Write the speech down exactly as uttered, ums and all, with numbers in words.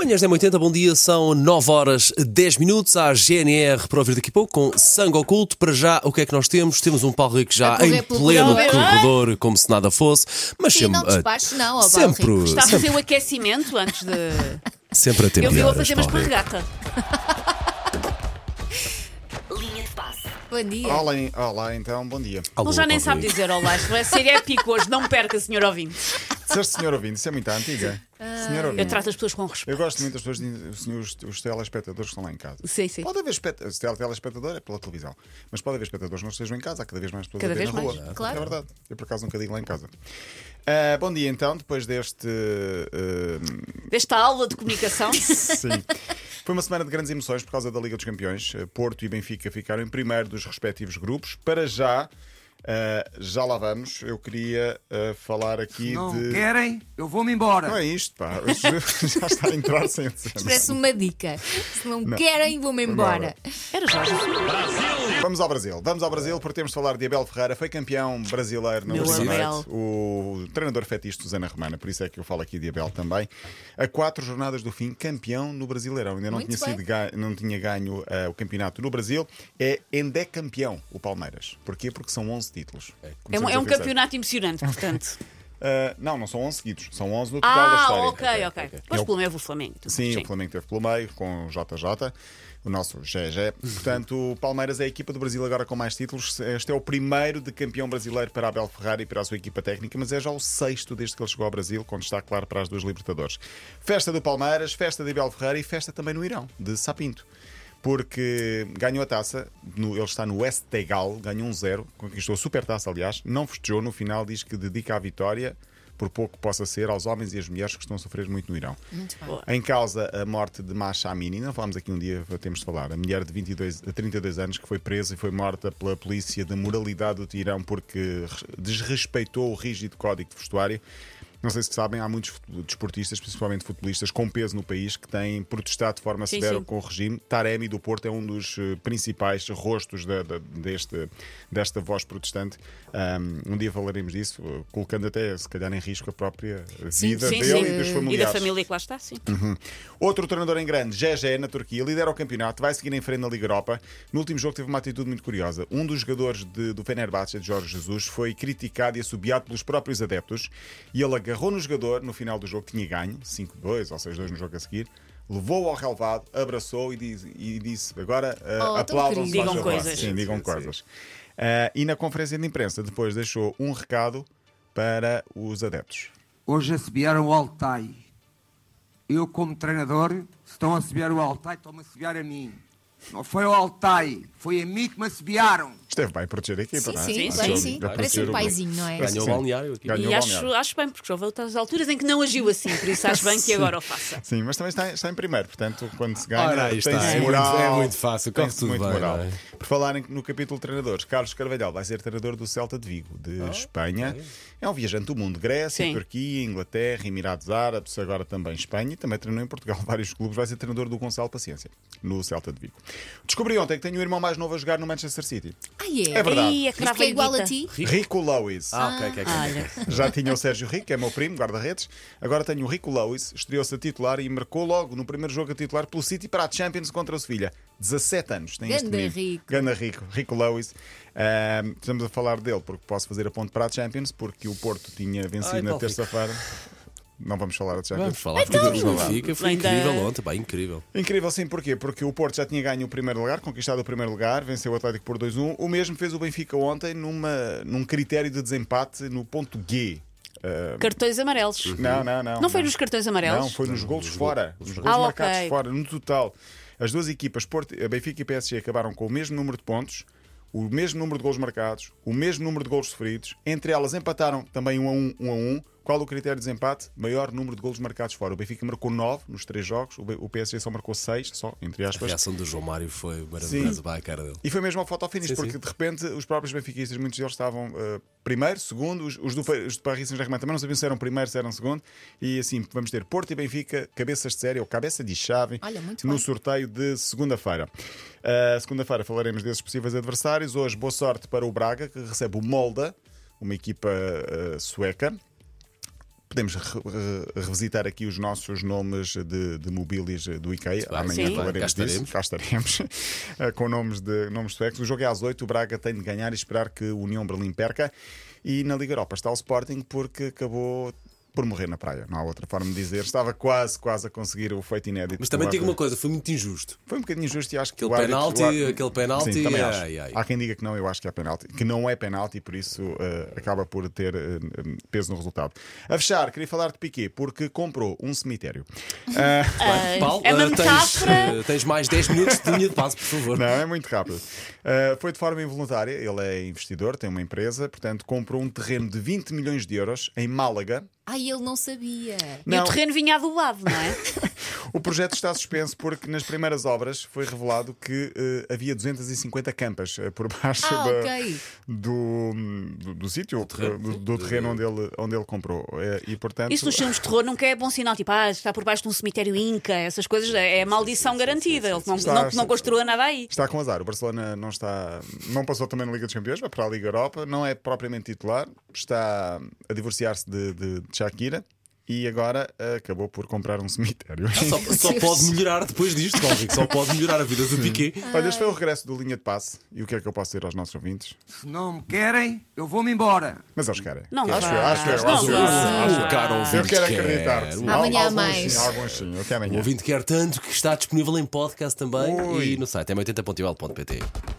Manhãs da oitenta, bom dia, são nove horas dez minutos, à G N R para ouvir daqui a pouco com Sangue Oculto. Para já, o que é que nós temos? Temos um Paulo Rico já em pleno corredor, como se nada fosse. Mas Sim, sempre, não despacho, não, ó, sempre, Paulo Rico. Está a sempre, fazer o aquecimento antes de... sempre a tempo Eu de vi-o a horas, fazer, mas Paulo para Rico. regata. Bom dia. Olá, olá, então, bom dia. Alô, Ele já nem Paulo sabe Rico. dizer olá. Isto vai ser épico hoje. Não perca, senhor ouvinte. Disseste senhor ouvinte, isso é muito antiga. Senhor ouvinte. Eu trato as pessoas com respeito. Eu gosto muito das pessoas, de- os, os telespectadores que estão lá em casa. Sim, sim. Pode haver espet- se tele- telespectador é pela televisão, mas pode haver espectadores que não estejam em casa, há cada vez mais pessoas Cada a ver vez na mais, rua. claro. É verdade. Eu por acaso nunca digo lá em casa. Ah, bom dia então, depois deste. ah, Desta aula de comunicação. Sim. Foi uma semana de grandes emoções por causa da Liga dos Campeões. Porto e Benfica ficaram em primeiro dos respectivos grupos. Para já, ah, já lá vamos. Eu queria ah, falar aqui Não de. querem? Eu vou-me embora. Não é isto, pá. Já está a entrar sem Parece uma dica. Se não, querem, vou-me embora. Era Jorge. Vamos ao Brasil. Vamos ao Brasil porque temos de falar de Abel Ferreira. Foi campeão brasileiro na Meu Universidade. Abel. O treinador fetiche de Susana Romana. Por isso é que eu falo aqui de Abel também. A quatro jornadas do fim, campeão no Brasileirão. Ainda não Muito tinha, bem. sido ga- não tinha ganho eh, o campeonato no Brasil. É endecampeão o Palmeiras. Porquê? Porque são onze títulos. É um, Começamos é a um pensar. campeonato emocionante, portanto. Uh, não, não são onze seguidos. São onze no total da Ah, história. ok, ok. Depois É o- pelo meio o Flamengo. Sim, o Flamengo teve pelo meio, com o J J, o nosso G G. Portanto, o Palmeiras é a equipa do Brasil agora com mais títulos. Este é o primeiro de campeão brasileiro para Abel Ferreira e para a sua equipa técnica, mas é já o sexto desde que ele chegou ao Brasil, quando está claro para as duas Libertadores. Festa do Palmeiras, festa de Abel Ferreira e festa também no Irão, de Sapinto. Porque ganhou a taça, no- ele está no Esteghlal, ganhou um zero, conquistou a super taça, aliás, não festejou, no final diz que dedica a vitória, por pouco que possa ser, aos homens e às mulheres que estão a sofrer muito no Irão. Muito bem. Em causa a morte de Mahsa Amini, não falámos aqui um dia, temos de falar, a mulher de vinte e dois, a trinta e dois anos que foi presa e foi morta pela polícia da moralidade do Irão porque desrespeitou o rígido código de vestuário. Não sei se sabem, há muitos desportistas, principalmente futebolistas, com peso no país, que têm protestado de forma Sim, severa sim. com o regime. Taremi do Porto é um dos eh, principais rostos da- da- deste, desta voz protestante. Um, um dia falaremos disso, eh, colocando até, se calhar, em risco a própria vida Sim, dele sim. e dos E familiares. da família que lá está, sim. Outro treinador em grande, G G, na Turquia, lidera o campeonato, vai seguir em frente na Liga Europa. No último jogo teve uma atitude muito curiosa. Um dos jogadores de- do Fenerbahçe, de Jorge Jesus, foi criticado e assobiado pelos próprios adeptos e ele agarrou no jogador, no final do jogo tinha ganho, cinco dois ou seis dois no jogo a seguir, levou-o ao relevado, abraçou e disse, e disse agora uh, Oh, tão aplaudam-se. querido. faz Digam favor. coisas. Sim, digam coisas. Uh, e na conferência de imprensa depois deixou um recado para os adeptos. Hoje assobiaram o Altai. Eu, como treinador, se estão a assobiar o Altai, estão-me a assobiar a mim. Não foi o Altai, foi a mim que me assobiaram. Esteve bem a proteger a equipa, Sim, não é? sim, Acho sim, que sim. deu para Parece proteger um o- paizinho, não é? Ganhou o Sim. balneário aqui. Ganhou E o acho, balneário. acho bem, porque houve outras alturas em que não agiu assim, por isso acho bem que agora o faça. Sim, mas também está, está em primeiro, portanto, quando se ganha, Ora, aí está. tem-se É muito- moral. é muito fácil, corre tem-se tudo muito bem, moral. não é? Por falar em- no capítulo de treinadores, Carlos Carvalhal vai ser treinador do Celta de Vigo, de Ah, Espanha. É um viajante do mundo, Grécia, Sim. Turquia, Inglaterra, Emirados Árabes, agora também Espanha, e também treinou em Portugal vários clubes. Vai ser treinador do Gonçalo Paciência, no Celta de Vigo. Descobri ontem que tenho um irmão mais novo a jogar no Manchester City. Ah, é? É verdade. Aí, a Isto que é igual a ti? Rico Lewis. Ah, ok, ok, ok. Olha, Já tinha o Sérgio Rico, que é meu primo, guarda-redes. Agora tenho o Rico Lewis, estreou-se a titular e marcou logo no primeiro jogo a titular pelo City para a Champions contra o Sevilha. dezassete anos tem este Ganda menino. Rico. Ganda Rico. Rico Lewis. Ahm, estamos a falar dele porque posso fazer a ponte para a Champions, porque o Porto tinha vencido Ai, na Paulo terça-feira. Não vamos falar de Vamos Champions. falar Então, do Benfica, foi ainda- incrível ontem, pá, incrível. Incrível, sim, porquê? Porque o Porto já tinha ganho o primeiro lugar, conquistado o primeiro lugar, venceu o Atlético por dois a um. O mesmo fez o Benfica ontem numa, num critério de desempate no ponto G. Ah, cartões amarelos. Não, não, não. Não foi nos cartões amarelos? Não, foi nos golos fora. Nos golos Ah, marcados ok. fora, no total. As duas equipas, Porto, a Benfica e a P S G, acabaram com o mesmo número de pontos, o mesmo número de golos marcados, o mesmo número de golos sofridos. Entre elas empataram também um a um, um a um. Qual o critério de desempate? Maior número de golos marcados fora. O Benfica marcou nove nos três jogos, o B- o P S G só marcou seis, só, entre A aspas. reação do João Mário foi maravilhosa, vai a cara dele. E foi mesmo ao fotofinish, Sim, porque sim. de repente os próprios benfiquistas, muitos deles estavam uh, primeiro, segundo, os, os do, Pa- os do Paris Saint-Germain também não sabiam se eram primeiro, se eram segundo. E assim, vamos ter Porto e Benfica, cabeças de série, ou cabeça de chave, Olha, muito no bem. sorteio de segunda-feira. Uh, segunda-feira falaremos desses possíveis adversários. Hoje, boa sorte para o Braga, que recebe o Molda, uma equipa uh, sueca. Podemos re re revisitar aqui os nossos nomes de, de mobílias do IKEA. Claro, Amanhã sim. falaremos Cá disso. Cá estaremos. Com nomes, de, nomes suecos. O jogo é às oito. O Braga tem de ganhar e esperar que o União Berlim perca. E na Liga Europa está o Sporting porque acabou por morrer na praia. Não há outra forma de dizer. Estava quase, quase a conseguir o feito inédito. Mas também digo uma coisa, foi muito injusto. Foi um bocadinho injusto e acho que Aquele o árbitro, penalti, o árbitro- aquele penalti, Sim, também acho. ai, ai. Há quem diga que não, eu acho que é penalti. Que não é penalti e por isso uh, acaba por ter uh, peso no resultado. A fechar, queria falar de Piqué porque comprou um cemitério. Uh, Paulo, é uma uh, tens, metáfora. uh, tens mais dez minutos de linha de passo, por favor. Não, é muito rápido. Uh, foi de forma involuntária. Ele é investidor, tem uma empresa, portanto, comprou um terreno de vinte milhões de euros em Málaga. Ai, ele não sabia. E o terreno vinha adubado, não é? O projeto está suspenso porque nas primeiras obras foi revelado que uh, havia duzentas e cinquenta campas uh, por baixo Ah, da- ok. do, do, do sítio, terreno, uh, do, do terreno onde ele, onde ele comprou. Uh, e, portanto, Isso nos filmes de terror nunca é bom sinal. Tipo, ah, está por baixo de um cemitério inca, essas coisas. É é maldição garantida. Ele não, Está- não, está- não construiu nada aí. Está com azar. O Barcelona não está, não passou também na Liga dos Campeões, vai para a Liga Europa, não é propriamente titular, está a divorciar-se de, de, de Shakira. E agora uh, acabou por comprar um cemitério. Só, só pode melhorar depois disto, Paulo. Só pode melhorar a vida do Piqué. Olha, este foi o regresso do Linha de Passe. E o que é que eu posso dizer aos nossos ouvintes? Se não me querem, eu vou-me embora. Mas eles querem. Não acho vai. eu, acho eu, Não acho eu. vai. acho eu. O caro ouvinte Eu quero quer. acreditar. O- Amanhã há Alguns mais. sim, alguns sim. Até O amanhã. ouvinte quer tanto que está disponível em podcast também Ui. e no site m oitenta ponto i o l ponto p t.